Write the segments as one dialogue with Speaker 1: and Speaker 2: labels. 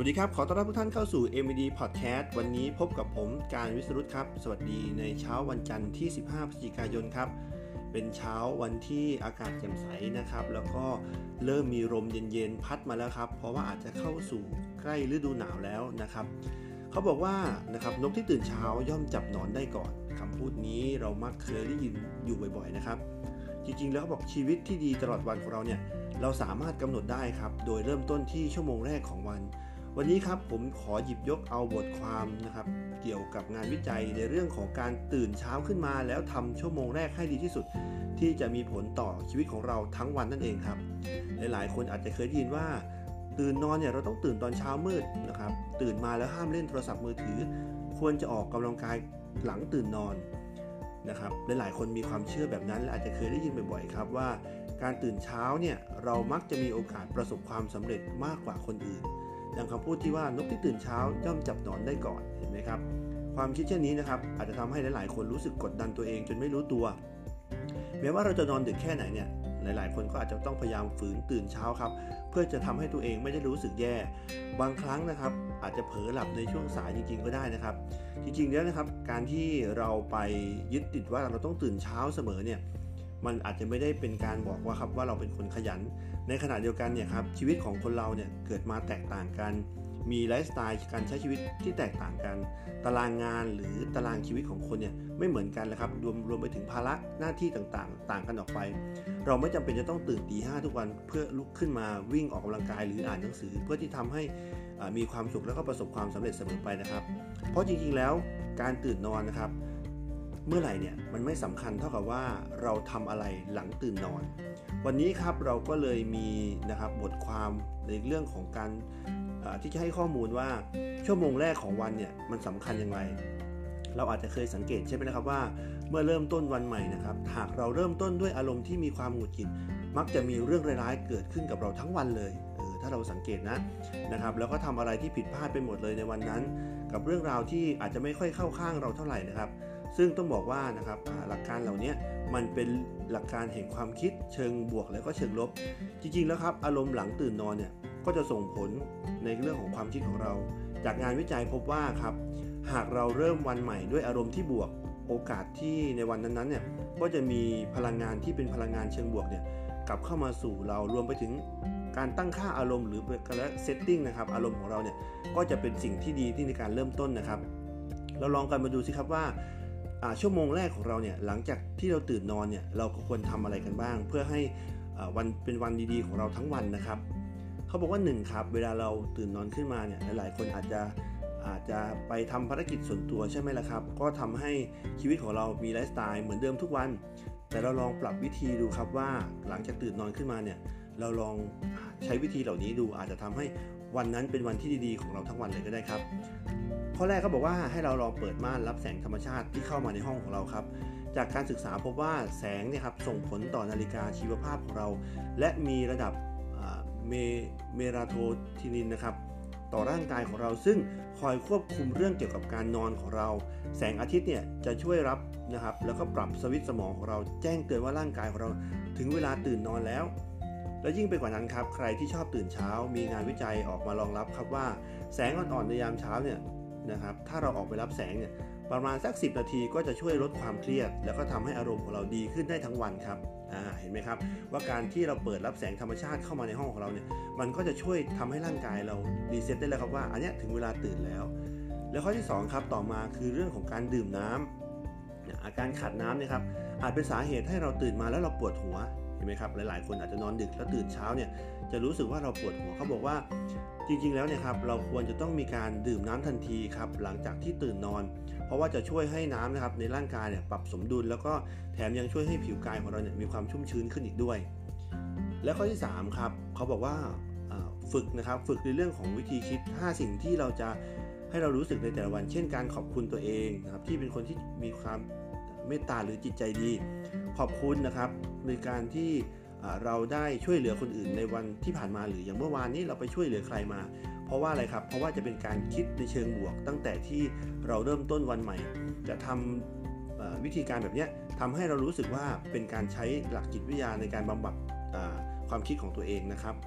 Speaker 1: วัสดีครับขอต้อนรับทุกท่านเข้าสู่ MED Podcast วันนี้พบกับผมการวิสรุตครับสวัสดีในเช้าวันจันทร์ที่15พฤศจิกายนครับเป็นเช้าวันที่อากาศแจ่มใสนะครับแล้วก็เริ่มมีลมเย็นๆพัดมาแล้วครับเพราะว่าอาจจะเข้าสู่ใกล้ฤดูหนาวแล้วนะครับเขาบอกว่านะครับนกที่ตื่นเช้าย่อมจับหนอนได้ก่อนคำพูดนี้เรามักเคยได้ยินอยู่บ่อยๆนะครับจริงๆแล้วเขาบอกชีวิตที่ดีตลอดวันของเราเนี่ยเราสามารถกำหนดได้ครับโดยเริ่มต้นที่ชั่วโมงแรกของวันนี้ครับผมขอหยิบยกเอาบทความนะครับเกี่ยวกับงานวิจัยในเรื่องของการตื่นเช้าขึ้นมาแล้วทำชั่วโมงแรกให้ดีที่สุดที่จะมีผลต่อชีวิตของเราทั้งวันนั่นเองครับหลายๆคนอาจจะเคยได้ยินว่าตื่นนอนเนี่ยเราต้องตื่นตอนเช้ามืดนะครับตื่นมาแล้วห้ามเล่นโทรศัพท์มือถือควรจะออกกำลังกายหลังตื่นนอนนะครับหลายๆคนมีความเชื่อแบบนั้นและอาจจะเคยได้ยินบ่อยๆครับว่าการตื่นเช้าเนี่ยเรามักจะมีโอกาสประสบความสำเร็จมากกว่าคนอื่นอย่างคำพูดที่ว่านกที่ตื่นเช้าย่อมจับหนอนได้ก่อนเห็นไหมครับความคิดเช่นนี้นะครับอาจจะทำให้หลายๆคนรู้สึกกดดันตัวเองจนไม่รู้ตัวแม้ว่าเราจะนอนดึกแค่ไหนเนี่ยหลายๆคนก็อาจจะต้องพยายามฝืนตื่นเช้าครับเพื่อจะทำให้ตัวเองไม่ได้รู้สึกแย่บางครั้งนะครับอาจจะเผลอหลับในช่วงสายจริงๆก็ได้นะครับจริงๆแล้วนะครับการที่เราไปยึดติดว่าเราต้องตื่นเช้าเสมอเนี่ยมันอาจจะไม่ได้เป็นการบอกว่าครับว่าเราเป็นคนขยันในขณะเดียวกันเนี่ยครับชีวิตของคนเราเนี่ยเกิดมาแตกต่างกันมีไลฟ์สไตล์การใช้ชีวิตที่แตกต่างกันตารางงานหรือตารางชีวิตของคนเนี่ยไม่เหมือนกันเลยครับรวมไปถึงภาระหน้าที่ต่างกันออกไปเราไม่จำเป็นจะต้องตื่นตี 5ทุกวันเพื่อลุกขึ้นมาวิ่งออกกำลังกายหรืออ่านหนังสือเพื่อที่ทำให้มีความสุขและก็ประสบความสำเร็จเสมอไปนะครับเพราะจริงๆแล้วการตื่นนอนนะครับเมื่อไหร่เนี่ยมันไม่สำคัญเท่ากับว่าเราทำอะไรหลังตื่นนอนวันนี้ครับเราก็เลยมีนะครับบทความในเรื่องของการที่จะให้ข้อมูลว่าชั่วโมงแรกของวันเนี่ยมันสำคัญอย่างไรเราอาจจะเคยสังเกตใช่ไหมนะครับว่าเมื่อเริ่มต้นวันใหม่นะครับหากเราเริ่มต้นด้วยอารมณ์ที่มีความหงุดหงิดมักจะมีเรื่องร้ายๆเกิดขึ้นกับเราทั้งวันเลยถ้าเราสังเกตนะครับแล้วก็ทำอะไรที่ผิดพลาดไปหมดเลยในวันนั้นกับเรื่องราวที่อาจจะไม่ค่อยเข้าข้างเราเท่าไหร่นะครับซึ่งต้องบอกว่านะครับหลักการเหล่านี้มันเป็นหลักการแห่งความคิดเชิงบวกแล้วก็เชิงลบจริงๆแล้วครับอารมณ์หลังตื่นนอนเนี่ยก็จะส่งผลในเรื่องของความคิดของเราจากงานวิจัยพบว่าครับหากเราเริ่มวันใหม่ด้วยอารมณ์ที่บวกโอกาสที่ในวันนั้นๆเนี่ยก็จะมีพลังงานที่เป็นพลังงานเชิงบวกเนี่ยกลับเข้ามาสู่เรารวมไปถึงการตั้งค่าอารมณ์หรือการเซตติ้งนะครับอารมณ์ของเราเนี่ยก็จะเป็นสิ่งที่ดีที่ในการเริ่มต้นนะครับเราลองกันมาดูสิครับว่าชั่วโมงแรกของเราเนี่ยหลังจากที่เราตื่นนอนเนี่ยเราก็ควรทำอะไรกันบ้างเพื่อให้วันเป็นวันดีๆของเราทั้งวันนะครับเขาบอกว่า1ครับเวลาเราตื่นนอนขึ้นมาเนี่ยหลายๆคนอาจจะไปทำภารกิจส่วนตัวใช่ไหมล่ะครับก็ทำให้ชีวิตของเรามีไลฟ์สไตล์เหมือนเดิมทุกวันแต่เราลองปรับวิธีดูครับว่าหลังจากตื่นนอนขึ้นมาเนี่ยเราลองใช้วิธีเหล่านี้ดูอาจจะทำให้วันนั้นเป็นวันที่ดีๆของเราทั้งวันเลยก็ได้ครับข้อแรกเขาบอกว่าให้เราลองเปิดม่านรับแสงธรรมชาติที่เข้ามาในห้องของเราครับจากการศึกษาพบว่าแสงเนี่ยครับส่งผลต่อนาฬิกาชีวภาพของเราและมีระดับเมลาโทนินนะครับต่อร่างกายของเราซึ่งคอยควบคุมเรื่องเกี่ยวกับการนอนของเราแสงอาทิตย์เนี่ยจะช่วยรับนะครับแล้วก็ปรับสวิตช์สมองของเราแจ้งเตือนว่าร่างกายของเราถึงเวลาตื่นนอนแล้วและยิ่งไปกว่านั้นครับใครที่ชอบตื่นเช้ามีงานวิจัยออกมารองรับครับว่าแสงอ่อนๆในยามเช้าเนี่ยนะครับถ้าเราออกไปรับแสงเนี่ยประมาณสัก10นาทีก็จะช่วยลดความเครียดแล้วก็ทำให้อารมณ์ของเราดีขึ้นได้ทั้งวันครับเห็นไหมครับว่าการที่เราเปิดรับแสงธรรมชาติเข้ามาในห้องของเราเนี่ยมันก็จะช่วยทำให้ร่างกายเรารีเซ็ตได้แล้วครับว่าอันนี้ถึงเวลาตื่นแล้วข้อที่2ครับต่อมาคือเรื่องของการดื่มน้ำอาการขาดน้ำเนี่ยครับอาจเป็นสาเหตุให้เราตื่นมาแล้วเราปวดหัวเห็นไหมครับหลายๆคนอาจจะนอนดึกแล้วตื่นเช้าเนี่ยจะรู้สึกว่าเราปวดหัวเขาบอกว่าจริงๆแล้วเนี่ยครับเราควรจะต้องมีการดื่มน้ำทันทีครับหลังจากที่ตื่นนอนเพราะว่าจะช่วยให้น้ำนะครับในร่างกายเนี่ยปรับสมดุลแล้วก็แถมยังช่วยให้ผิวกายของเราเนี่ยมีความชุ่มชื้นขึ้นอีกด้วยและข้อที่3ครับเขาบอกว่าฝึกในเรื่องของวิธีคิด5สิ่งที่เราจะให้เรารู้สึกในแต่ละวันเช่นการขอบคุณตัวเองนะครับที่เป็นคนที่มีความเมตตาหรือจิตใจดีขอบคุณนะครับในการที่เราได้ช่วยเหลือคนอื่นในวันที่ผ่านมาหรืออย่างเมื่อวานนี้เราไปช่วยเหลือใครมาเพราะว่าอะไรครับเพราะว่าจะเป็นการคิดในเชิงบวกตั้งแต่ที่เราเริ่มต้นวันใหม่จะทำวิธีการแบบนี้ทำให้เรารู้สึกว่าเป็นการใช้หลักจิตวิทยาในการบำบัดความคิดของตัวเองนะครับ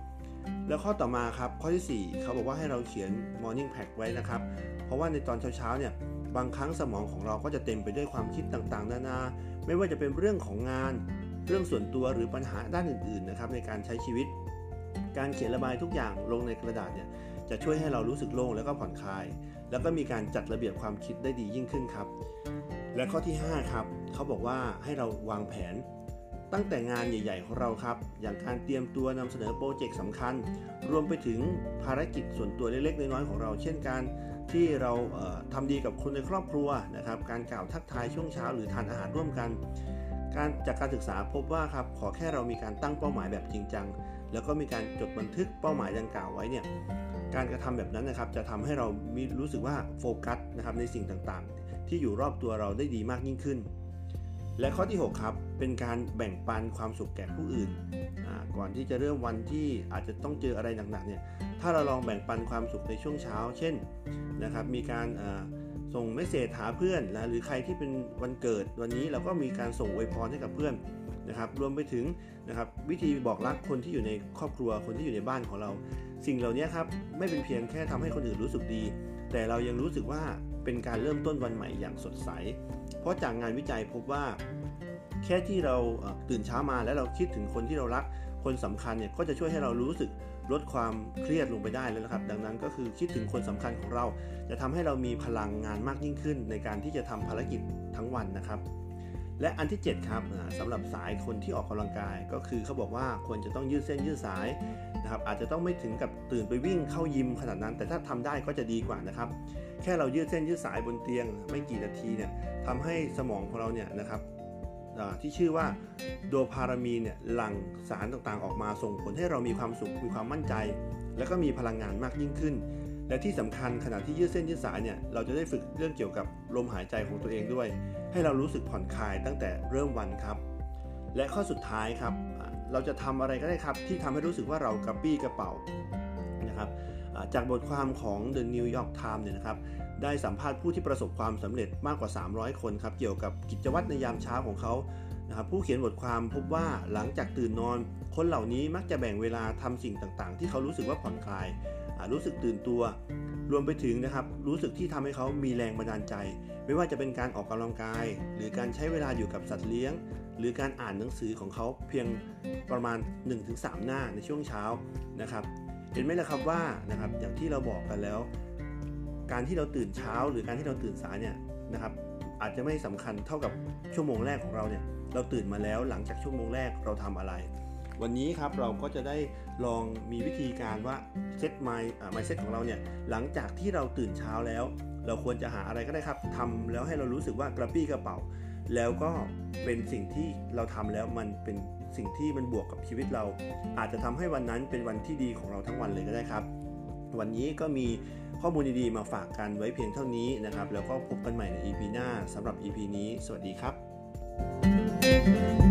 Speaker 1: แล้วข้อต่อมาครับข้อที่4เขาบอกว่าให้เราเขียน morning pack ไว้นะครับเพราะว่าในตอนเช้าเนี่ยบางครั้งสมองของเราก็จะเต็มไปด้วยความคิดต่างๆนานาไม่ว่าจะเป็นเรื่องของงานเรื่องส่วนตัวหรือปัญหาด้านอื่นๆนะครับในการใช้ชีวิตการเขียนระบายทุกอย่างลงในกระดาษเนี่ยจะช่วยให้เรารู้สึกโล่งแล้วก็ผ่อนคลายแล้วก็มีการจัดระเบียบความคิดได้ดียิ่งขึ้นครับและข้อที่5ครับเขาบอกว่าให้เราวางแผนตั้งแต่งานใหญ่ๆของเราครับอย่างการเตรียมตัวนำเสนอโปรเจกต์สำคัญรวมไปถึงภารกิจส่วนตัวเล็กๆน้อยๆของเราเช่นการที่เราทำดีกับคนในครอบครัวนะครับการกล่าวทักทายช่วงเช้าหรือทานอาหารร่วมกันจากการศึกษาพบว่าครับขอแค่เรามีการตั้งเป้าหมายแบบจริงจังแล้วก็มีการจดบันทึกเป้าหมายดังกล่าวไว้เนี่ยการกระทำแบบนั้นนะครับจะทำให้เรามีรู้สึกว่าโฟกัสนะครับในสิ่งต่างๆที่อยู่รอบตัวเราได้ดีมากยิ่งขึ้นและข้อที่6ครับเป็นการแบ่งปันความสุขแก่ผู้อื่นก่อนที่จะเริ่มวันที่อาจจะต้องเจออะไรหนักๆเนี่ยถ้าเราลองแบ่งปันความสุขในช่วงเช้าเช่นนะครับมีการส่งเมสเสจหาเพื่อนหรือใครที่เป็นวันเกิดวันนี้เราก็มีการส่งอวยพรให้กับเพื่อนนะครับรวมไปถึงนะครับวิธีบอกรักคนที่อยู่ในครอบครัวคนที่อยู่ในบ้านของเราสิ่งเหล่านี้ครับไม่เป็นเพียงแค่ทำให้คนอื่นรู้สึกดีแต่เรายังรู้สึกว่าเป็นการเริ่มต้นวันใหม่อย่างสดใสเพราะจากงานวิจัยพบว่าแค่ที่เราตื่นเช้ามาแล้วเราคิดถึงคนที่เรารักคนสำคัญเนี่ยก็จะช่วยให้เรารู้สึกลดความเครียดลงไปได้แล้วนะครับดังนั้นก็คือคิดถึงคนสำคัญของเราจะทำให้เรามีพลังงานมากยิ่งขึ้นในการที่จะทำภารกิจทั้งวันนะครับและอันที่7ครับสำหรับสายคนที่ออกกำลังกายก็คือเขาบอกว่าควรจะต้องยืดเส้นยืดสายนะครับอาจจะต้องไม่ถึงกับตื่นไปวิ่งเข้ายิมขนาดนั้นแต่ถ้าทำได้ก็จะดีกว่านะครับแค่เรายืดเส้นยืดสายบนเตียงไม่กี่นาทีเนี่ยทำให้สมองของเราเนี่ยนะครับที่ชื่อว่าโดพารามีนเนี่ยหลั่งสารต่างๆออกมาส่งผลให้เรามีความสุขมีความมั่นใจและก็มีพลังงานมากยิ่งขึ้นและที่สำคัญขณะที่ยืดเส้นยืดสายเนี่ยเราจะได้ฝึกเรื่องเกี่ยวกับลมหายใจของตัวเองด้วยให้เรารู้สึกผ่อนคลายตั้งแต่เริ่มวันครับและข้อสุดท้ายครับเราจะทำอะไรก็ได้ครับที่ทำให้รู้สึกว่าเรากระปี้กระเป๋านะครับจากบทความของ The New York Times เนี่ยนะครับได้สัมภาษณ์ผู้ที่ประสบความสำเร็จมากกว่า300คนครับเกี่ยวกับกิจวัตรในยามเช้าของเขานะครับผู้เขียนบทความพบว่าหลังจากตื่นนอนคนเหล่านี้มักจะแบ่งเวลาทำสิ่งต่างๆที่เขารู้สึกว่าผ่อนคลายรู้สึกตื่นตัวรวมไปถึงนะครับรู้สึกที่ทำให้เขามีแรงบันดาลใจไม่ว่าจะเป็นการออกกำลังกายหรือการใช้เวลาอยู่กับสัตว์เลี้ยงหรือการอ่านหนังสือของเขาเพียงประมาณ 1-3 หน้าในช่วงเช้านะครับเห็นไหมล่ะครับว่านะครับอย่างที่เราบอกกันแล้วการที่เราตื่นเช้าหรือการที่เราตื่นสายเนี่ยนะครับอาจจะไม่สำคัญเท่ากับชั่วโมงแรกของเราเนี่ยเราตื่นมาแล้วหลังจากชั่วโมงแรกเราทำอะไรวันนี้ครับเราก็จะได้ลองมีวิธีการว่าเซตmindsetของเราเนี่ยหลังจากที่เราตื่นเช้าแล้วเราควรจะหาอะไรก็ได้ครับทำแล้วให้เรารู้สึกว่ากระปี้กระเป๋าแล้วก็เป็นสิ่งที่เราทำแล้วมันเป็นสิ่งที่มันบวกกับชีวิตเราอาจจะทำให้วันนั้นเป็นวันที่ดีของเราทั้งวันเลยก็ได้ครับวันนี้ก็มีข้อมูลดีๆมาฝากกันไว้เพียงเท่านี้นะครับแล้วก็พบกันใหม่ใน EP หน้าสำหรับ EP นี้สวัสดีครับ